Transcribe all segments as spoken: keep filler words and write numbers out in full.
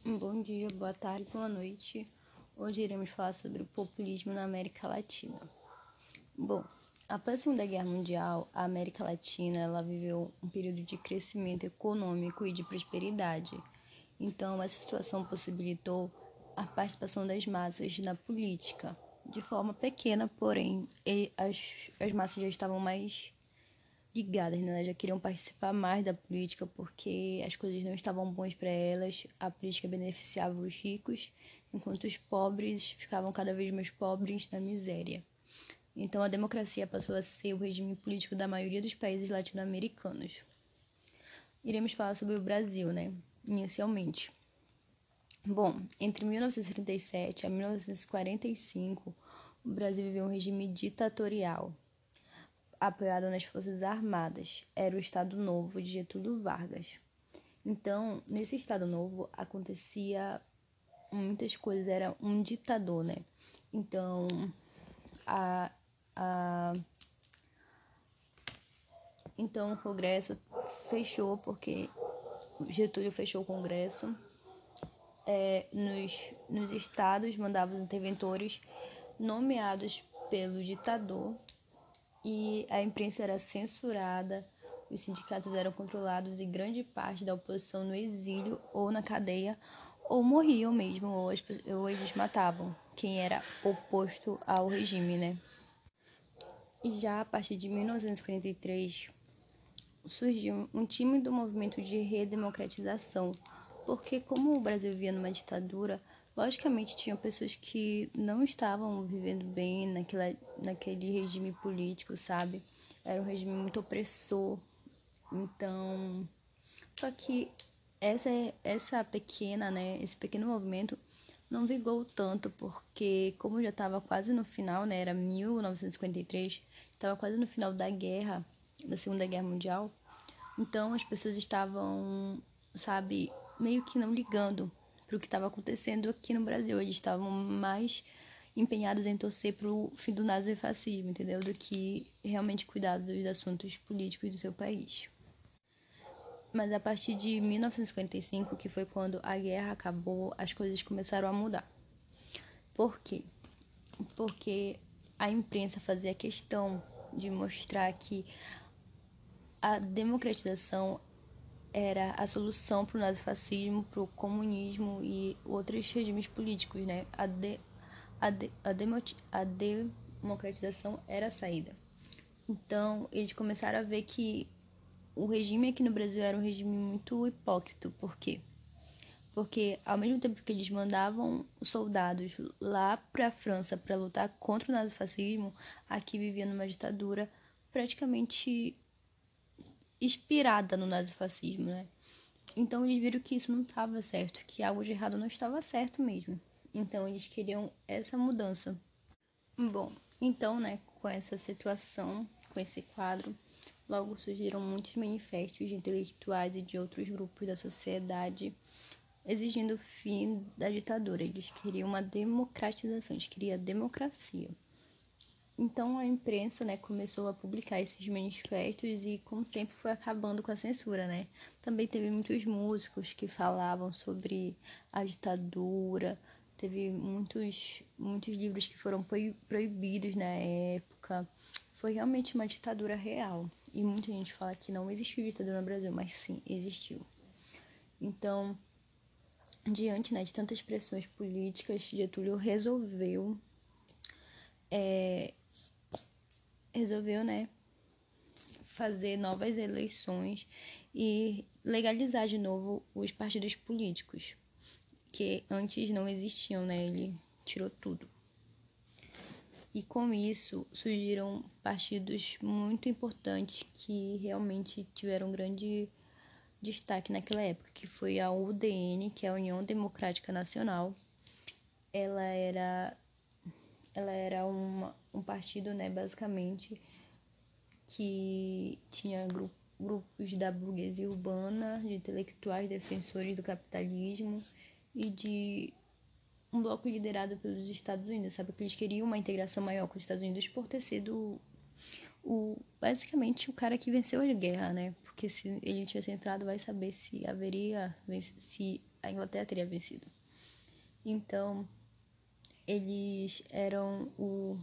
Bom dia, boa tarde, boa noite. Hoje iremos falar sobre o populismo na América Latina. Bom, após a Segunda Guerra Mundial, a América Latina ela viveu um período de crescimento econômico e de prosperidade. Então, essa situação possibilitou a participação das massas na política, de forma pequena, porém, as, as massas já estavam mais ligadas, né? Elas já queriam participar mais da política porque as coisas não estavam boas para elas, a política beneficiava os ricos, enquanto os pobres ficavam cada vez mais pobres na miséria. Então a democracia passou a ser o regime político da maioria dos países latino-americanos. Iremos falar sobre o Brasil, né? Inicialmente. Bom, entre mil novecentos e trinta e sete a mil novecentos e quarenta e cinco, o Brasil viveu um regime ditatorial apoiado nas Forças Armadas. Era o Estado Novo de Getúlio Vargas. Então, nesse Estado Novo, acontecia muitas coisas. Era um ditador, né? Então, a, a... então o Congresso fechou, porque Getúlio fechou o Congresso. É, nos, nos estados, mandava os interventores nomeados pelo ditador, e a imprensa era censurada, os sindicatos eram controlados e grande parte da oposição no exílio ou na cadeia, ou morriam mesmo, ou, as, ou eles matavam quem era oposto ao regime, né? E já a partir de mil novecentos e quarenta e três surgiu um tímido movimento de redemocratização, porque como o Brasil vivia numa ditadura, logicamente tinham pessoas que não estavam vivendo bem naquela, naquele regime político, sabe? Era um regime muito opressor. Então, só que essa, essa pequena, né, esse pequeno movimento não vigou tanto, porque como já estava quase no final, né, era mil novecentos e cinquenta e três, estava quase no final da guerra, da Segunda Guerra Mundial, então as pessoas estavam, sabe, meio que não ligando para o que estava acontecendo aqui no Brasil. Eles estavam mais empenhados em torcer para o fim do nazifascismo, entendeu? Do que realmente cuidar dos assuntos políticos do seu país. Mas a partir de mil novecentos e cinquenta e cinco, que foi quando a guerra acabou, as coisas começaram a mudar. Por quê? Porque a imprensa fazia questão de mostrar que a democratização era a solução para o nazifascismo, para o comunismo e outros regimes políticos, né? A, de, a, de, a, demo, a democratização era a saída. Então, eles começaram a ver que o regime aqui no Brasil era um regime muito hipócrita. Por quê? Porque ao mesmo tempo que eles mandavam soldados lá para a França para lutar contra o nazifascismo, aqui vivia numa ditadura praticamente inspirada no nazifascismo, né? Então eles viram que isso não estava certo, que algo de errado não estava certo mesmo. Então eles queriam essa mudança. Bom, então, né, com essa situação, com esse quadro, logo surgiram muitos manifestos de intelectuais e de outros grupos da sociedade exigindo o fim da ditadura. Eles queriam uma democratização, eles queriam a democracia. Então a imprensa, né, começou a publicar esses manifestos e com o tempo foi acabando com a censura, né? Também teve muitos músicos que falavam sobre a ditadura, teve muitos, muitos livros que foram proibidos na época. Foi realmente uma ditadura real. E muita gente fala que não existiu ditadura no Brasil, mas sim, existiu. Então, diante, né, de tantas pressões políticas, Getúlio resolveu é, resolveu, né, fazer novas eleições e legalizar de novo os partidos políticos, que antes não existiam, né? Ele tirou tudo. E com isso surgiram partidos muito importantes que realmente tiveram grande destaque naquela época, que foi a U D N, que é a União Democrática Nacional. Ela era ela era uma, um partido, né, basicamente, que tinha gru- grupos da burguesia urbana, de intelectuais defensores do capitalismo e de um bloco liderado pelos Estados Unidos, sabe? Que eles queriam uma integração maior com os Estados Unidos por ter sido o, basicamente o cara que venceu a guerra, né? Porque se ele tivesse entrado, vai saber se haveria, se a Inglaterra teria vencido. Então, eles eram o...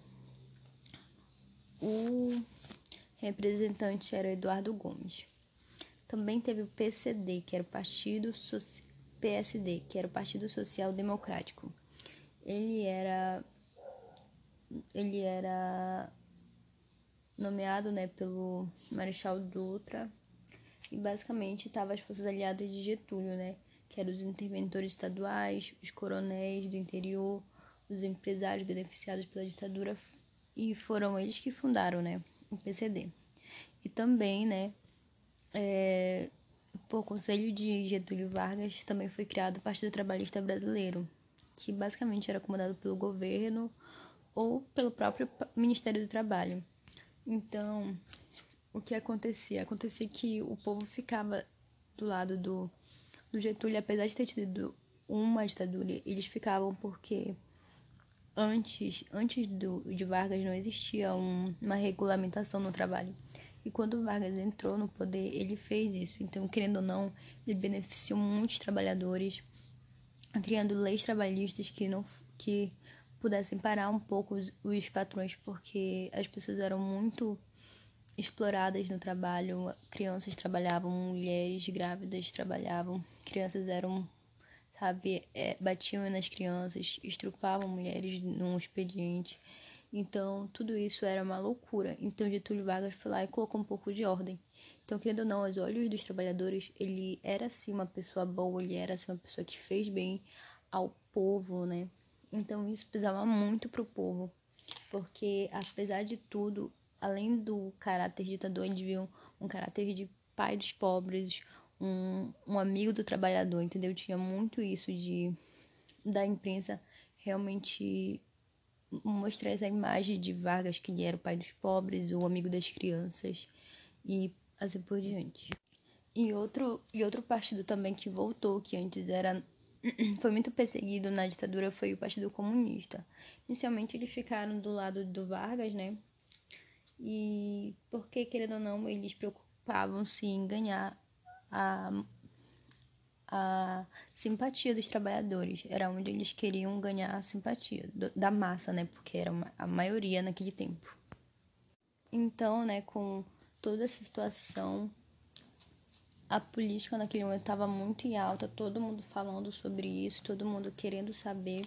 O representante era Eduardo Gomes. Também teve o P C D, que era o Partido Social... P S D, que era o Partido Social Democrático. Ele era... Ele era nomeado, né, pelo Marechal Dutra, e basicamente estavam as forças aliadas de Getúlio, né, que eram os interventores estaduais, os coronéis do interior, os empresários beneficiados pela ditadura, e foram eles que fundaram, né, o P C D. E também, né, é, por conselho de Getúlio Vargas, também foi criado o Partido Trabalhista Brasileiro, que basicamente era comandado pelo governo ou pelo próprio Ministério do Trabalho. Então, o que acontecia? Acontecia que o povo ficava do lado do, do Getúlio, apesar de ter tido uma ditadura, eles ficavam porque antes, antes do, de Vargas não existia um, uma regulamentação no trabalho. E quando Vargas entrou no poder, ele fez isso. Então, querendo ou não, ele beneficiou muitos trabalhadores, criando leis trabalhistas que não que pudessem parar um pouco os, os patrões, porque as pessoas eram muito exploradas no trabalho, crianças trabalhavam, mulheres grávidas trabalhavam, crianças eram, sabe, é, batiam nas crianças, estrupavam mulheres num expediente. Então, tudo isso era uma loucura. Então, Getúlio Vargas foi lá e colocou um pouco de ordem. Então, querendo ou não, aos olhos dos trabalhadores, ele era, sim, uma pessoa boa, ele era, assim, uma pessoa que fez bem ao povo, né? Então, isso pesava muito pro povo, porque, apesar de tudo, além do caráter ditador, eles viam um caráter de pai dos pobres, um, um amigo do trabalhador, entendeu? Tinha muito isso de da imprensa realmente mostrar essa imagem de Vargas, que ele era o pai dos pobres, o amigo das crianças e assim por diante. E outro, e outro partido também que voltou, que antes era foi muito perseguido na ditadura, foi o Partido Comunista. Inicialmente eles ficaram do lado do Vargas, né? E porque, querendo ou não, eles preocupavam-se em ganhar a, a simpatia dos trabalhadores. Era onde eles queriam ganhar a simpatia do, da massa, né? Porque era uma, a maioria naquele tempo. Então, né, com toda essa situação, a política naquele momento estava muito em alta, todo mundo falando sobre isso, todo mundo querendo saber,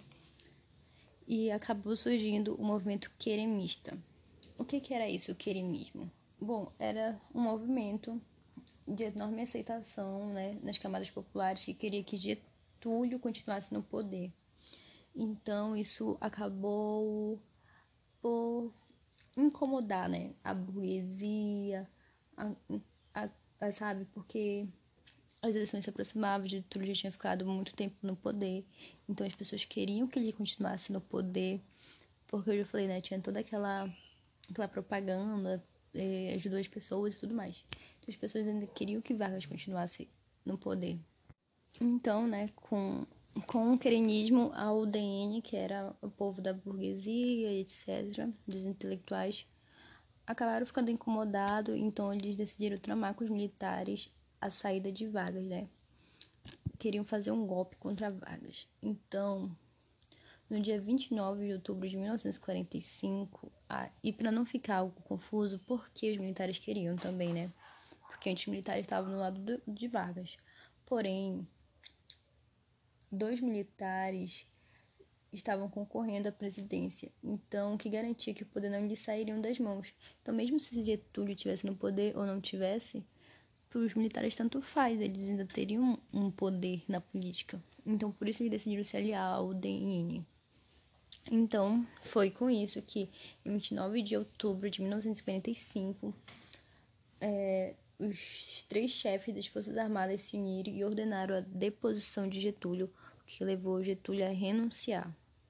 e acabou surgindo o movimento queremista. O que, que era isso, o queremismo? Bom, era um movimento de enorme aceitação, né, nas camadas populares, que queria que Getúlio continuasse no poder. Então, isso acabou por incomodar, né, a burguesia, a, a, a, sabe, porque as eleições se aproximavam, Getúlio já tinha ficado muito tempo no poder, então as pessoas queriam que ele continuasse no poder, porque eu já falei, né, tinha toda aquela, aquela propaganda, eh, ajudou as pessoas e tudo mais. Então as pessoas ainda queriam que Vargas continuasse no poder. Então, né, com, com o querenismo, a U D N, que era o povo da burguesia, etcétera, dos intelectuais, acabaram ficando incomodados, então eles decidiram tramar com os militares a saída de Vargas, né? Queriam fazer um golpe contra Vargas. Então, no dia vinte e nove de outubro de mil novecentos e quarenta e cinco, ah, e para não ficar algo confuso, porque os militares queriam também, né? Porque antes os militares estavam no lado do, de Vargas. Porém, dois militares estavam concorrendo à presidência, então o que garantia que o poder não lhe sairiam das mãos. Então, mesmo se Getúlio tivesse no poder ou não tivesse, para os militares tanto faz, eles ainda teriam um poder na política. Então, por isso eles decidiram se aliar ao U D N. Então, foi com isso que, em vinte e nove de outubro de mil novecentos e quarenta e cinco, é, os três chefes das Forças Armadas se uniram e ordenaram a deposição de Getúlio, o que levou Getúlio a renunciar.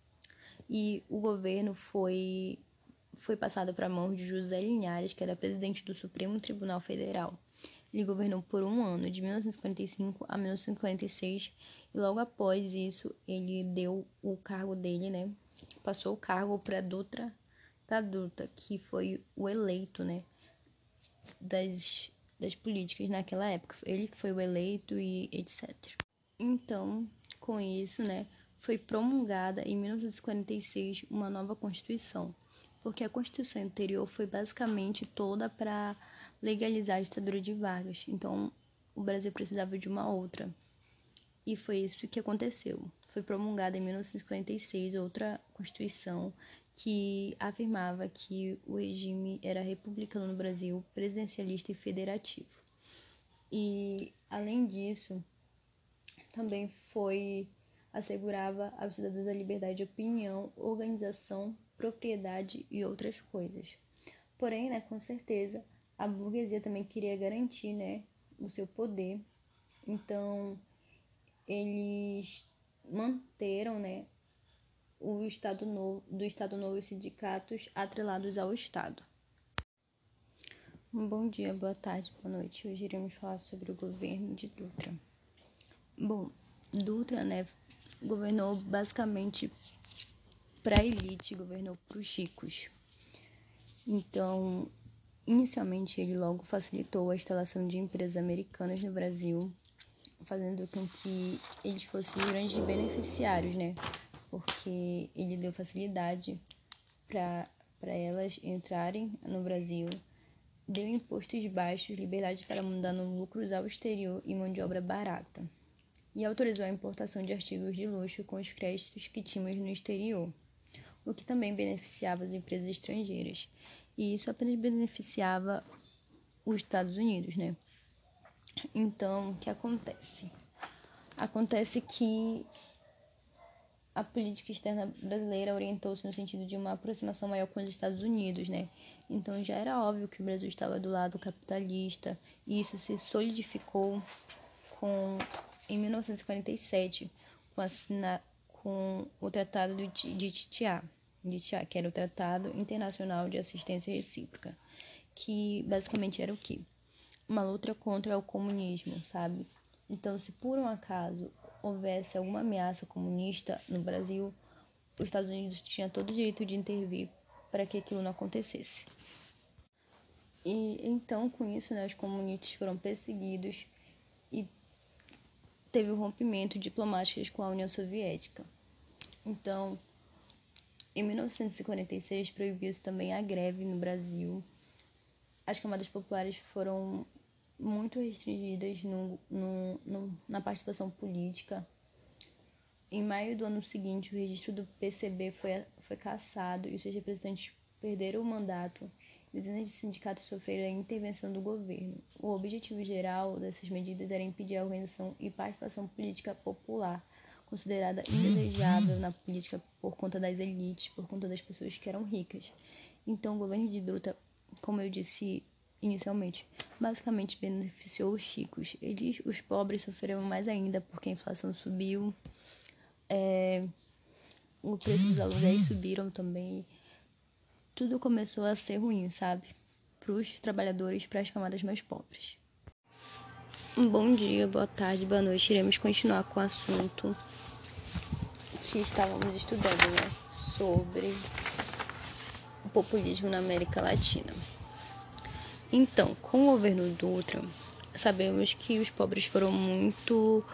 E o governo foi, foi passado para a mão de José Linhares, que era presidente do Supremo Tribunal Federal. Ele governou por um ano, de mil novecentos e quarenta e cinco a mil novecentos e quarenta e seis, e logo após isso ele deu o cargo dele, né? Passou o cargo para Dutra, para Dutra, que foi o eleito, né? Das, das políticas naquela época. Ele que foi o eleito e etcétera. Então, com isso, né, foi promulgada em mil novecentos e quarenta e seis uma nova Constituição, porque a Constituição anterior foi basicamente toda para legalizar a ditadura de Vargas. Então, o Brasil precisava de uma outra. E foi isso que aconteceu. Foi promulgada em mil novecentos e quarenta e seis outra Constituição que afirmava que o regime era republicano no Brasil, presidencialista e federativo. E, além disso, também foi assegurava aos cidadãos a liberdade de opinião, organização, propriedade e outras coisas. Porém, né, com certeza, a burguesia também queria garantir, né, o seu poder. Então, eles manteram, né, o Estado Novo, do Estado Novo e sindicatos atrelados ao Estado. Um bom dia, boa tarde, boa noite. Hoje iremos falar sobre o governo de Dutra. Bom, Dutra, né, governou basicamente para a elite, governou para os ricos. Então, inicialmente, ele logo facilitou a instalação de empresas americanas no Brasil, fazendo com que eles fossem os grandes beneficiários, né? Porque ele deu facilidade para elas entrarem no Brasil, deu impostos baixos, liberdade para mandar no lucros ao exterior e mão de obra barata, e autorizou a importação de artigos de luxo com os créditos que tínhamos no exterior, o que também beneficiava as empresas estrangeiras. E isso apenas beneficiava os Estados Unidos, né? Então, o que acontece? Acontece que a política externa brasileira orientou-se no sentido de uma aproximação maior com os Estados Unidos, né? Então, já era óbvio que o Brasil estava do lado capitalista, e isso se solidificou com, em mil novecentos e quarenta e sete, com, assina, com o Tratado de, de Titiá, de Titiá, que era o Tratado Internacional de Assistência Recíproca, que basicamente era o quê? Uma luta contra o comunismo, sabe? Então, se por um acaso houvesse alguma ameaça comunista no Brasil, os Estados Unidos tinham todo o direito de intervir para que aquilo não acontecesse. E então, com isso, né, os comunistas foram perseguidos e teve o um rompimento diplomático com a União Soviética. Então, em mil novecentos e quarenta e seis, proibiu-se também a greve no Brasil. As camadas populares foram muito restringidas no, no, no, na participação política. Em maio do ano seguinte, o registro do P C B foi, foi cassado e seus representantes perderam o mandato. Dezenas de sindicatos sofreram a intervenção do governo. O objetivo geral dessas medidas era impedir a organização e participação política popular, considerada indesejável na política por conta das elites, por conta das pessoas que eram ricas. Então, o governo de Dutra, como eu disse inicialmente, basicamente beneficiou os ricos. Eles, os pobres, sofreram mais ainda porque a inflação subiu, é, o preço dos aluguéis subiram também. Tudo começou a ser ruim, sabe? Para os trabalhadores, para as camadas mais pobres. Um bom dia, boa tarde, boa noite. Iremos continuar com o assunto que estávamos estudando, né? Sobre o populismo na América Latina. Então, com o governo Dutra, sabemos que os pobres foram muito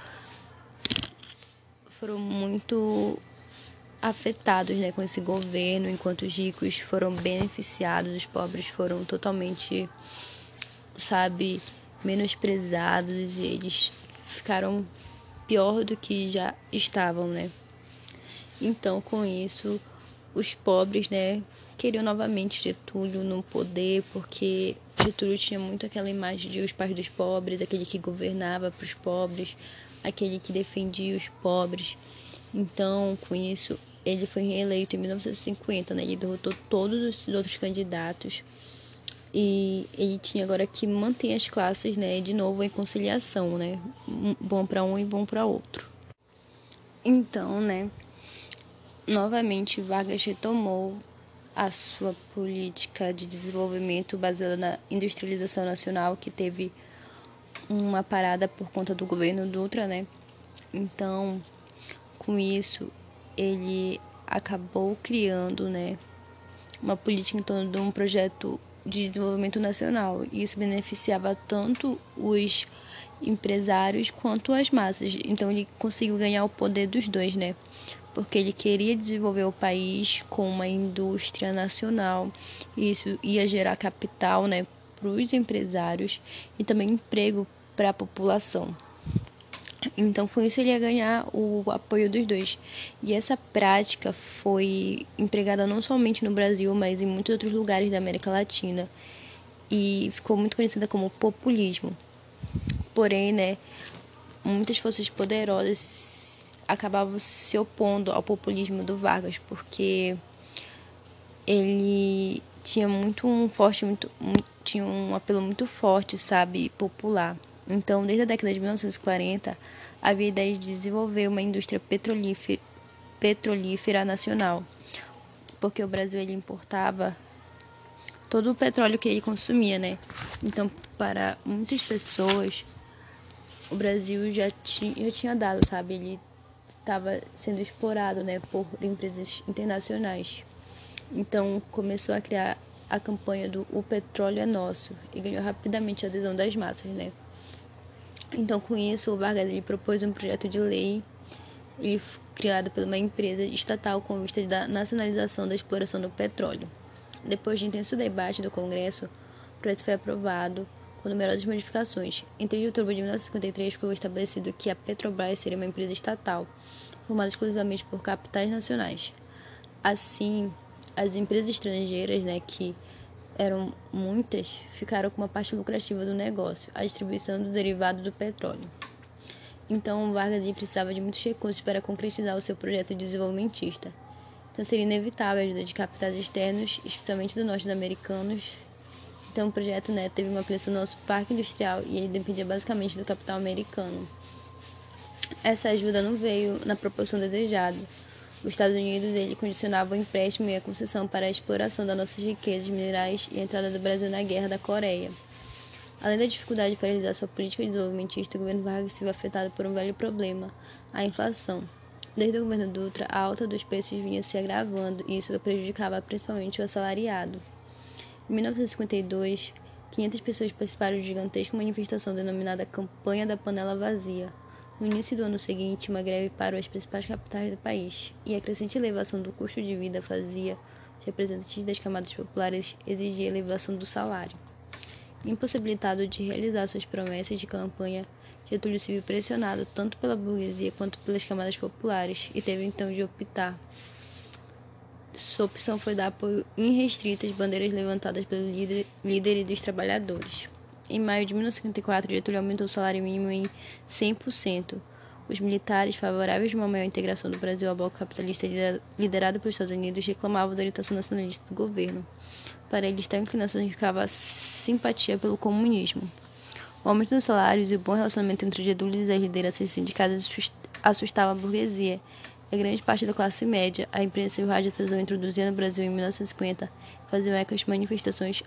foram muito afetados, né, com esse governo, enquanto os ricos foram beneficiados, os pobres foram totalmente, sabe, menosprezados, e eles ficaram pior do que já estavam, né? Então, com isso, os pobres, né, queriam novamente Getúlio no poder, porque Getúlio tinha muito aquela imagem de os pais dos pobres, aquele que governava para os pobres, aquele que defendia os pobres. Então, com isso, ele foi reeleito em mil novecentos e cinquenta, né? Ele derrotou todos os outros candidatos e ele tinha agora que manter as classes, né, de novo em conciliação, né? Bom para um e bom para outro. Então, né, novamente Vargas retomou a sua política de desenvolvimento baseada na industrialização nacional, que teve uma parada por conta do governo Dutra, né? Então, com isso, ele acabou criando, né, uma política em torno de um projeto de desenvolvimento nacional. E isso beneficiava tanto os empresários quanto as massas. Então ele conseguiu ganhar o poder dos dois, né? Porque ele queria desenvolver o país com uma indústria nacional. E isso ia gerar capital, né, para os empresários e também emprego para a população. Então, com isso, ele ia ganhar o apoio dos dois. E essa prática foi empregada não somente no Brasil, mas em muitos outros lugares da América Latina. E ficou muito conhecida como populismo. Porém, né, muitas forças poderosas acabavam se opondo ao populismo do Vargas, porque ele tinha muito um forte, muito, tinha um apelo muito forte, sabe, popular. Então, desde a década de mil novecentos e quarenta, havia a ideia de desenvolver uma indústria petrolífera, petrolífera nacional, porque o Brasil ele importava todo o petróleo que ele consumia, né? Então, para muitas pessoas, o Brasil já tinha, já tinha dado, sabe? Ele estava sendo explorado, né, por empresas internacionais. Então, começou a criar a campanha do O Petróleo é Nosso e ganhou rapidamente a adesão das massas, né? Então, com isso, o Vargas ele propôs um projeto de lei ele, criado por uma empresa estatal com vista da nacionalização da exploração do petróleo. Depois de intenso debate do Congresso, o projeto foi aprovado com numerosas modificações. Em três de outubro de mil novecentos e cinquenta e três, foi estabelecido que a Petrobras seria uma empresa estatal, formada exclusivamente por capitais nacionais. Assim, as empresas estrangeiras, né, que eram muitas, ficaram com uma parte lucrativa do negócio, a distribuição do derivado do petróleo. Então, Vargas precisava de muitos recursos para concretizar o seu projeto desenvolvimentista. Então, seria inevitável a ajuda de capitais externos, especialmente do norte americanos. Então, o projeto, né, teve uma ampliação do nosso parque industrial e ele dependia basicamente do capital americano. Essa ajuda não veio na proporção desejada. Os Estados Unidos ele condicionava o empréstimo e a concessão para a exploração das nossas riquezas minerais e a entrada do Brasil na Guerra da Coreia. Além da dificuldade para realizar sua política desenvolvimentista, o governo Vargas se viu afetado por um velho problema, a inflação. Desde o governo Dutra, a alta dos preços vinha se agravando e isso prejudicava principalmente o assalariado. Em mil novecentos e cinquenta e dois, quinhentas pessoas participaram de gigantesca manifestação denominada Campanha da Panela Vazia. No início do ano seguinte, uma greve parou as principais capitais do país, e a crescente elevação do custo de vida fazia os representantes das camadas populares exigir a elevação do salário. Impossibilitado de realizar suas promessas de campanha, Getúlio se viu pressionado tanto pela burguesia quanto pelas camadas populares e teve então de optar. Sua opção foi dar apoio irrestrito às bandeiras levantadas pelo líder, líder dos trabalhadores. Em maio de mil novecentos e cinquenta e quatro, Getúlio aumentou o salário mínimo em cem por cento. Os militares, favoráveis de uma maior integração do Brasil ao bloco capitalista liderado pelos Estados Unidos, reclamavam da orientação nacionalista do governo. Para eles, tal inclinação significava simpatia pelo comunismo. O aumento dos salários e o bom relacionamento entre Getúlio e as lideranças sindicais assustava a burguesia e a grande parte da classe média. A imprensa e o rádio e a televisão introduziam no Brasil em mil novecentos e cinquenta faziam eco às manifestações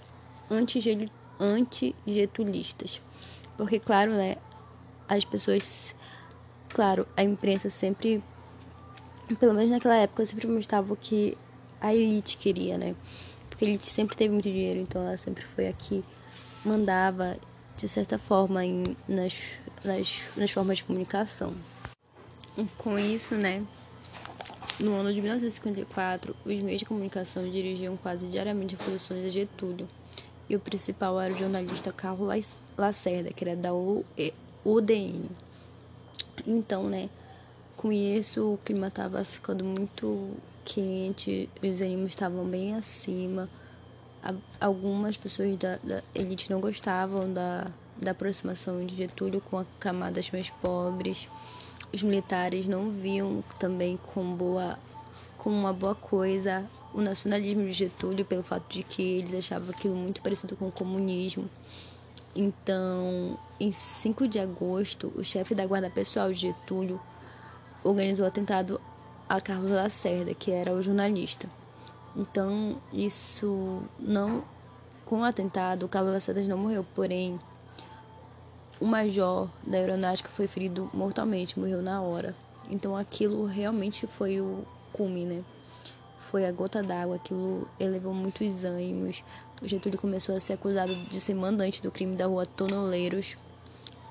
anti-getulistas. Porque, claro, né, as pessoas... Claro, a imprensa sempre, pelo menos naquela época, sempre mostrava o que a elite queria, né? Porque a elite sempre teve muito dinheiro, então ela sempre foi a que mandava, de certa forma, em, nas, nas, nas formas de comunicação. Com isso, né, no ano de mil novecentos e cinquenta e quatro, os meios de comunicação dirigiam quase diariamente posições a Getúlio, e o principal era o jornalista Carlos Lacerda, que era da U D N. Então, né, com isso o clima estava ficando muito quente, os ânimos estavam bem acima. Algumas pessoas da, da elite não gostavam da, da aproximação de Getúlio com as camadas mais pobres. Os militares não viam também com boa, como uma boa coisa o nacionalismo de Getúlio, pelo fato de que eles achavam aquilo muito parecido com o comunismo. Então, em cinco de agosto, o chefe da guarda pessoal de Getúlio organizou o atentado a Carlos Lacerda, que era o jornalista. Então, isso não... Com o atentado, o Carlos Lacerda não morreu, porém, o major da aeronáutica foi ferido mortalmente, morreu na hora. Então, aquilo realmente foi o cume, né? Foi a gota d'água, aquilo elevou muitos ânimos. O Getúlio começou a ser acusado de ser mandante do crime da rua Tonoleiros.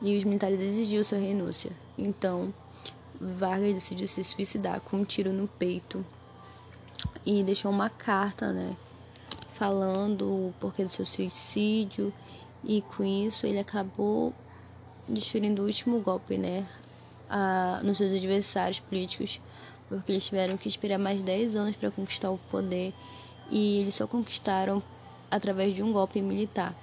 e os militares exigiram sua renúncia. Então, Vargas decidiu se suicidar com um tiro no peito e deixou uma carta, né, falando o porquê do seu suicídio, e com isso ele acabou desferindo o último golpe, né, a, nos seus adversários políticos, porque eles tiveram que esperar mais dez anos para conquistar o poder, e eles só conquistaram através de um golpe militar.